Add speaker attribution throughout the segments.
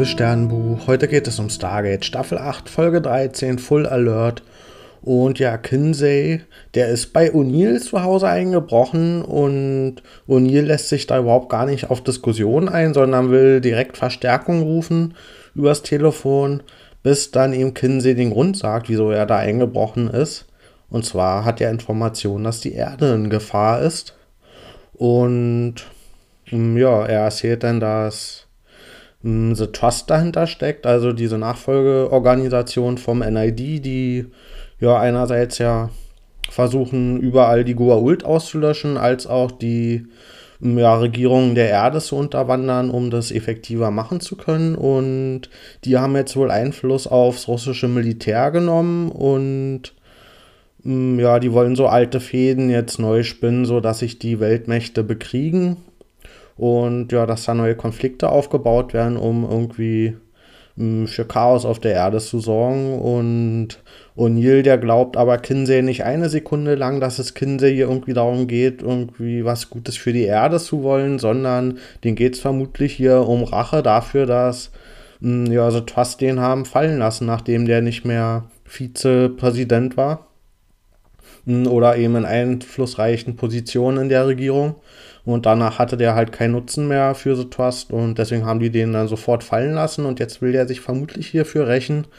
Speaker 1: liebes Sternbuch. Heute geht es um Stargate Staffel 8, Folge 13, Full Alert. Und ja, Kinsey, der ist bei O'Neill zu Hause eingebrochen und O'Neill lässt sich da überhaupt gar nicht auf Diskussionen ein, sondern will direkt Verstärkung rufen übers Telefon, bis dann ihm Kinsey den Grund sagt, wieso er da eingebrochen ist. Und zwar hat er Informationen, dass die Erde in Gefahr ist. Und ja, er erzählt dann, dass The Trust dahinter steckt, also diese Nachfolgeorganisation vom NID, die ja einerseits ja versuchen, überall die Goa'uld auszulöschen, als auch die Regierung der Erde zu unterwandern, um das effektiver machen zu können. Und die haben jetzt wohl Einfluss aufs russische Militär genommen und die wollen so alte Fäden jetzt neu spinnen, sodass sich die Weltmächte bekriegen. Und ja, dass da neue Konflikte aufgebaut werden, um irgendwie für Chaos auf der Erde zu sorgen. Und O'Neill, der glaubt aber Kinsey nicht eine Sekunde lang, dass es Kinsey hier irgendwie darum geht, irgendwie was Gutes für die Erde zu wollen, sondern denen geht es vermutlich hier um Rache dafür, dass The Trust den haben fallen lassen, nachdem der nicht mehr Vizepräsident war oder eben in einflussreichen Positionen in der Regierung. Und danach hatte der halt keinen Nutzen mehr für The Trust und deswegen haben die den dann sofort fallen lassen und jetzt will der sich vermutlich hierfür rächen.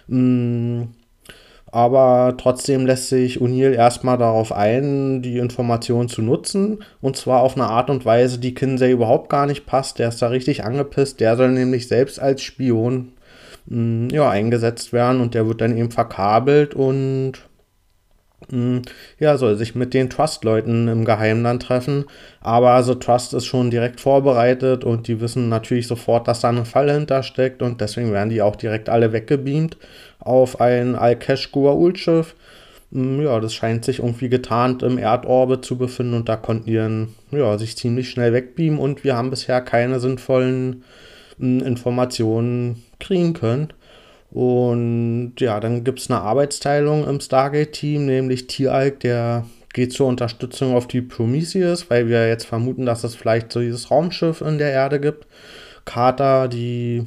Speaker 1: Aber trotzdem lässt sich O'Neill erstmal darauf ein, die Informationen zu nutzen. Und zwar auf eine Art und Weise, die Kinsey überhaupt gar nicht passt. Der ist da richtig angepisst. Der soll nämlich selbst als Spion eingesetzt werden und der wird dann eben verkabelt und soll sich mit den Trust-Leuten im Geheimen dann treffen. Aber The Trust ist schon direkt vorbereitet und die wissen natürlich sofort, dass da eine Falle hintersteckt und deswegen werden die auch direkt alle weggebeamt auf ein Al-Kesh Goa'uld-Schiff. Das scheint sich irgendwie getarnt im Erdorbit zu befinden und da konnten die sich ziemlich schnell wegbeamen und wir haben bisher keine sinnvollen Informationen kriegen können. Und ja, dann gibt es eine Arbeitsteilung im Stargate-Team, nämlich T-Alk, der geht zur Unterstützung auf die Prometheus, weil wir jetzt vermuten, dass es vielleicht so dieses Raumschiff in der Erde gibt. Carter, die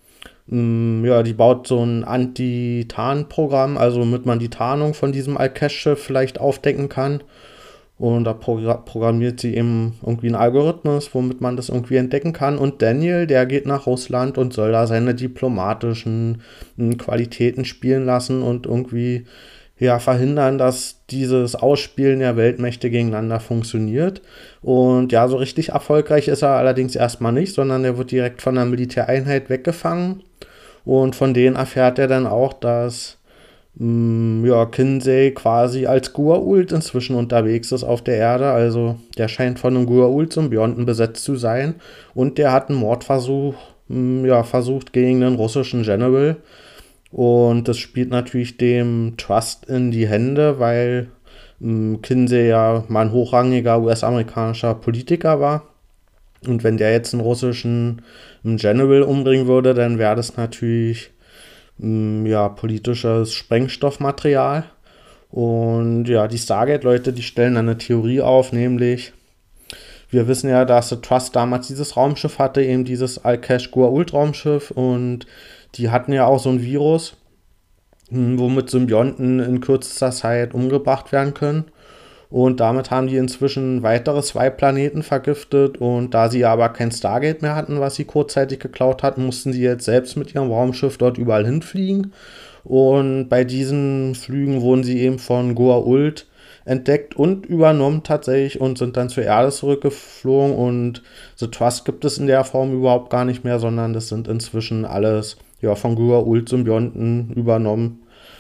Speaker 1: baut so ein Anti-Tarn-Programm, also damit man die Tarnung von diesem Al-Kesh-Schiff vielleicht aufdecken kann. Und da programmiert sie eben irgendwie einen Algorithmus, womit man das irgendwie entdecken kann. Und Daniel, der geht nach Russland und soll da seine diplomatischen Qualitäten spielen lassen und irgendwie verhindern, dass dieses Ausspielen der Weltmächte gegeneinander funktioniert. Und ja, so richtig erfolgreich ist er allerdings erstmal nicht, sondern er wird direkt von der Militäreinheit weggefangen. Und von denen erfährt er dann auch, dass Kinsey quasi als Goa'uld inzwischen unterwegs ist auf der Erde. Also der scheint von einem Goa'uld-Symbionten besetzt zu sein. Und der hat einen Mordversuch versucht gegen einen russischen General. Und das spielt natürlich dem Trust in die Hände, weil Kinsey ja mal ein hochrangiger US-amerikanischer Politiker war. Und wenn der jetzt einen russischen General umbringen würde, dann wäre das natürlich politisches Sprengstoffmaterial. Und ja, die Stargate-Leute, die stellen dann eine Theorie auf, nämlich wir wissen ja, dass The Trust damals dieses Raumschiff hatte, eben dieses Al-Kesh Goa'uld-Raumschiff und die hatten ja auch so ein Virus, womit Symbionten in kürzester Zeit umgebracht werden können. Und damit haben die inzwischen weitere 2 Planeten vergiftet. Und da sie aber kein Stargate mehr hatten, was sie kurzzeitig geklaut hatten, mussten sie jetzt selbst mit ihrem Raumschiff dort überall hinfliegen. Und bei diesen Flügen wurden sie eben von Goa'uld entdeckt und übernommen tatsächlich und sind dann zur Erde zurückgeflogen. Und The Trust gibt es in der Form überhaupt gar nicht mehr, sondern das sind inzwischen alles von Goa'uld-Symbionten übernommen.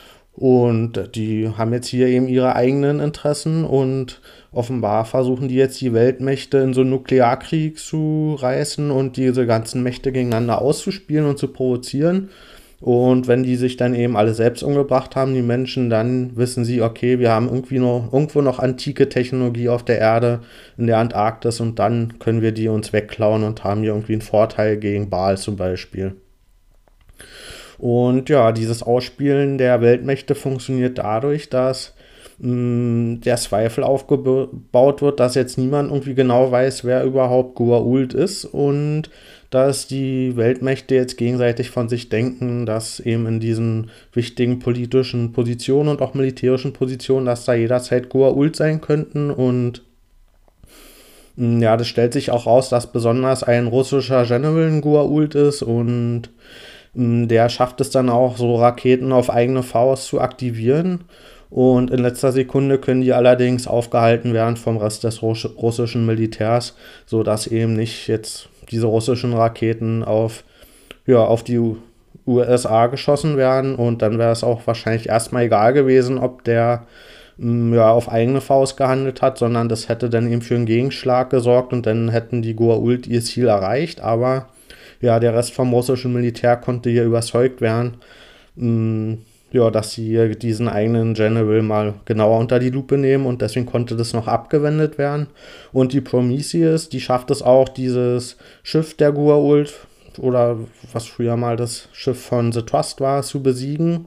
Speaker 1: Und die haben jetzt hier eben ihre eigenen Interessen und offenbar versuchen die jetzt die Weltmächte in so einen Nuklearkrieg zu reißen und diese ganzen Mächte gegeneinander auszuspielen und zu provozieren. Und wenn die sich dann eben alle selbst umgebracht haben, die Menschen, dann wissen sie, okay, wir haben irgendwo noch antike Technologie auf der Erde, in der Antarktis und dann können wir die uns wegklauen und haben hier irgendwie einen Vorteil gegen Baal zum Beispiel. Und ja, dieses Ausspielen der Weltmächte funktioniert dadurch, dass der Zweifel aufgebaut wird, dass jetzt niemand irgendwie genau weiß, wer überhaupt Goa'uld ist und dass die Weltmächte jetzt gegenseitig von sich denken, dass eben in diesen wichtigen politischen Positionen und auch militärischen Positionen, dass da jederzeit Goa'uld sein könnten und ja, das stellt sich auch raus, dass besonders ein russischer General ein Goa'uld ist und der schafft es dann auch, so Raketen auf eigene Faust zu aktivieren. Und in letzter Sekunde können die allerdings aufgehalten werden vom Rest des russischen Militärs, sodass eben nicht jetzt diese russischen Raketen auf die USA geschossen werden. Und dann wäre es auch wahrscheinlich erstmal egal gewesen, ob der auf eigene Faust gehandelt hat, sondern das hätte dann eben für einen Gegenschlag gesorgt und dann hätten die Goa'uld ihr Ziel erreicht. Aber ja, der Rest vom russischen Militär konnte hier überzeugt werden, dass sie diesen eigenen General mal genauer unter die Lupe nehmen und deswegen konnte das noch abgewendet werden. Und die Prometheus, die schafft es auch, dieses Schiff der Goa'uld oder was früher mal das Schiff von The Trust war, zu besiegen.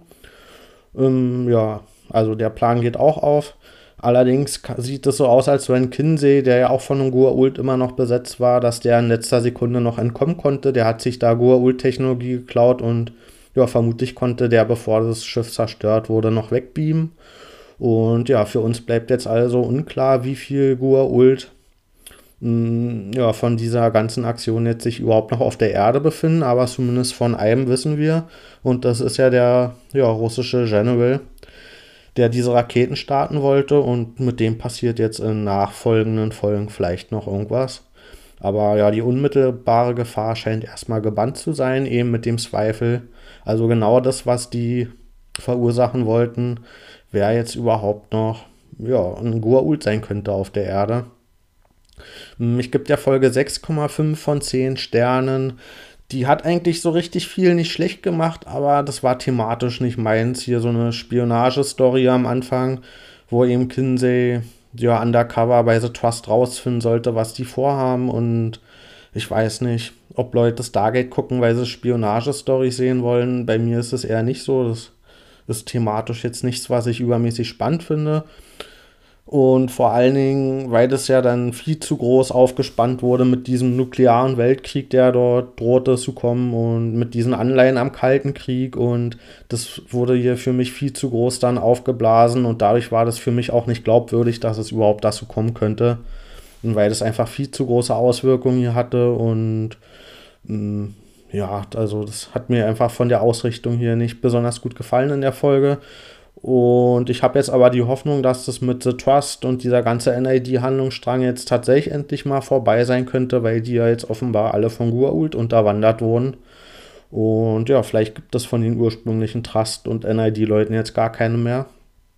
Speaker 1: Also der Plan geht auch auf. Allerdings sieht es so aus, als wenn Kinsey, der ja auch von einem Goa'uld immer noch besetzt war, dass der in letzter Sekunde noch entkommen konnte. Der hat sich da Goa'uld-Technologie geklaut und ja, vermutlich konnte der, bevor das Schiff zerstört wurde, noch wegbeamen. Und ja, für uns bleibt jetzt also unklar, wie viel Goa'uld von dieser ganzen Aktion jetzt sich überhaupt noch auf der Erde befinden, aber zumindest von einem wissen wir. Und das ist ja der russische General, der diese Raketen starten wollte und mit dem passiert jetzt in nachfolgenden Folgen vielleicht noch irgendwas. Aber ja, die unmittelbare Gefahr scheint erstmal gebannt zu sein, eben mit dem Zweifel. Also genau das, was die verursachen wollten, wer jetzt überhaupt noch ein Goa'uld sein könnte auf der Erde. Ich gebe der Folge 6,5 von 10 Sternen. Die hat eigentlich so richtig viel nicht schlecht gemacht, aber das war thematisch nicht meins. Hier so eine Spionagestory am Anfang, wo eben Kinsey undercover bei The Trust rausfinden sollte, was die vorhaben. Und ich weiß nicht, ob Leute Stargate gucken, weil sie Spionagestorys sehen wollen. Bei mir ist es eher nicht so. Das ist thematisch jetzt nichts, was ich übermäßig spannend finde. Und vor allen Dingen, weil das ja dann viel zu groß aufgespannt wurde mit diesem nuklearen Weltkrieg, der dort drohte zu kommen und mit diesen Anleihen am Kalten Krieg. Und das wurde hier für mich viel zu groß dann aufgeblasen und dadurch war das für mich auch nicht glaubwürdig, dass es überhaupt dazu kommen könnte. Und weil das einfach viel zu große Auswirkungen hier hatte und also das hat mir einfach von der Ausrichtung hier nicht besonders gut gefallen in der Folge. Und ich habe jetzt aber die Hoffnung, dass das mit The Trust und dieser ganze NID-Handlungsstrang jetzt tatsächlich endlich mal vorbei sein könnte, weil die ja jetzt offenbar alle von Goa'uld unterwandert wurden. Und ja, vielleicht gibt es von den ursprünglichen Trust- und NID-Leuten jetzt gar keine mehr.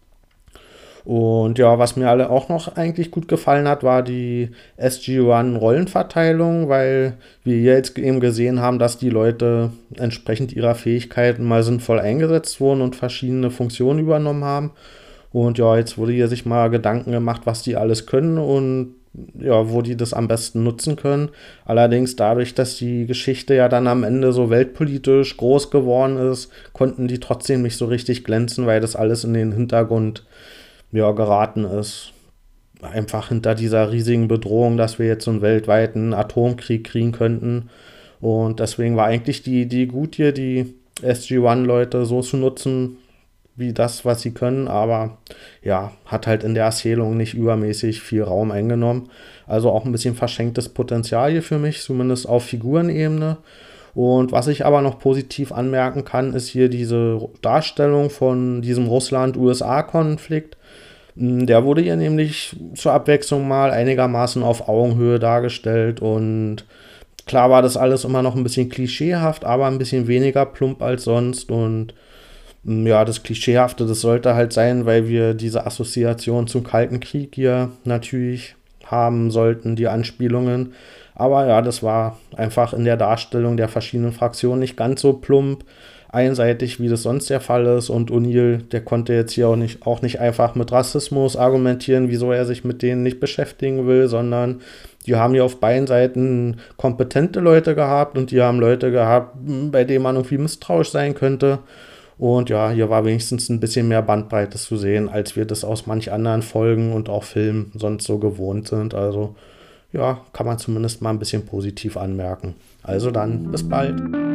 Speaker 1: Und ja, was mir alle auch noch eigentlich gut gefallen hat, war die SG-1-Rollenverteilung, weil wir jetzt eben gesehen haben, dass die Leute entsprechend ihrer Fähigkeiten mal sinnvoll eingesetzt wurden und verschiedene Funktionen übernommen haben. Und ja, jetzt wurde hier sich mal Gedanken gemacht, was die alles können und ja, wo die das am besten nutzen können. Allerdings dadurch, dass die Geschichte ja dann am Ende so weltpolitisch groß geworden ist, konnten die trotzdem nicht so richtig glänzen, weil das alles in den Hintergrund geraten ist. Einfach hinter dieser riesigen Bedrohung, dass wir jetzt so einen weltweiten Atomkrieg kriegen könnten. Und deswegen war eigentlich die Idee gut, hier die SG-1-Leute so zu nutzen, wie das, was sie können. Aber ja, hat halt in der Erzählung nicht übermäßig viel Raum eingenommen. Also auch ein bisschen verschenktes Potenzial hier für mich, zumindest auf Figurenebene. Und was ich aber noch positiv anmerken kann, ist hier diese Darstellung von diesem Russland-USA-Konflikt. Der wurde hier nämlich zur Abwechslung mal einigermaßen auf Augenhöhe dargestellt und klar war das alles immer noch ein bisschen klischeehaft, aber ein bisschen weniger plump als sonst und das Klischeehafte, das sollte halt sein, weil wir diese Assoziation zum Kalten Krieg hier natürlich haben sollten, die Anspielungen. Aber ja, das war einfach in der Darstellung der verschiedenen Fraktionen nicht ganz so plump, einseitig, wie das sonst der Fall ist. Und O'Neill, der konnte jetzt hier auch nicht einfach mit Rassismus argumentieren, wieso er sich mit denen nicht beschäftigen will, sondern die haben hier auf beiden Seiten kompetente Leute gehabt und die haben Leute gehabt, bei denen man irgendwie misstrauisch sein könnte. Und ja, hier war wenigstens ein bisschen mehr Bandbreite zu sehen, als wir das aus manch anderen Folgen und auch Filmen sonst so gewohnt sind. Also ja, kann man zumindest mal ein bisschen positiv anmerken. Also dann, bis bald.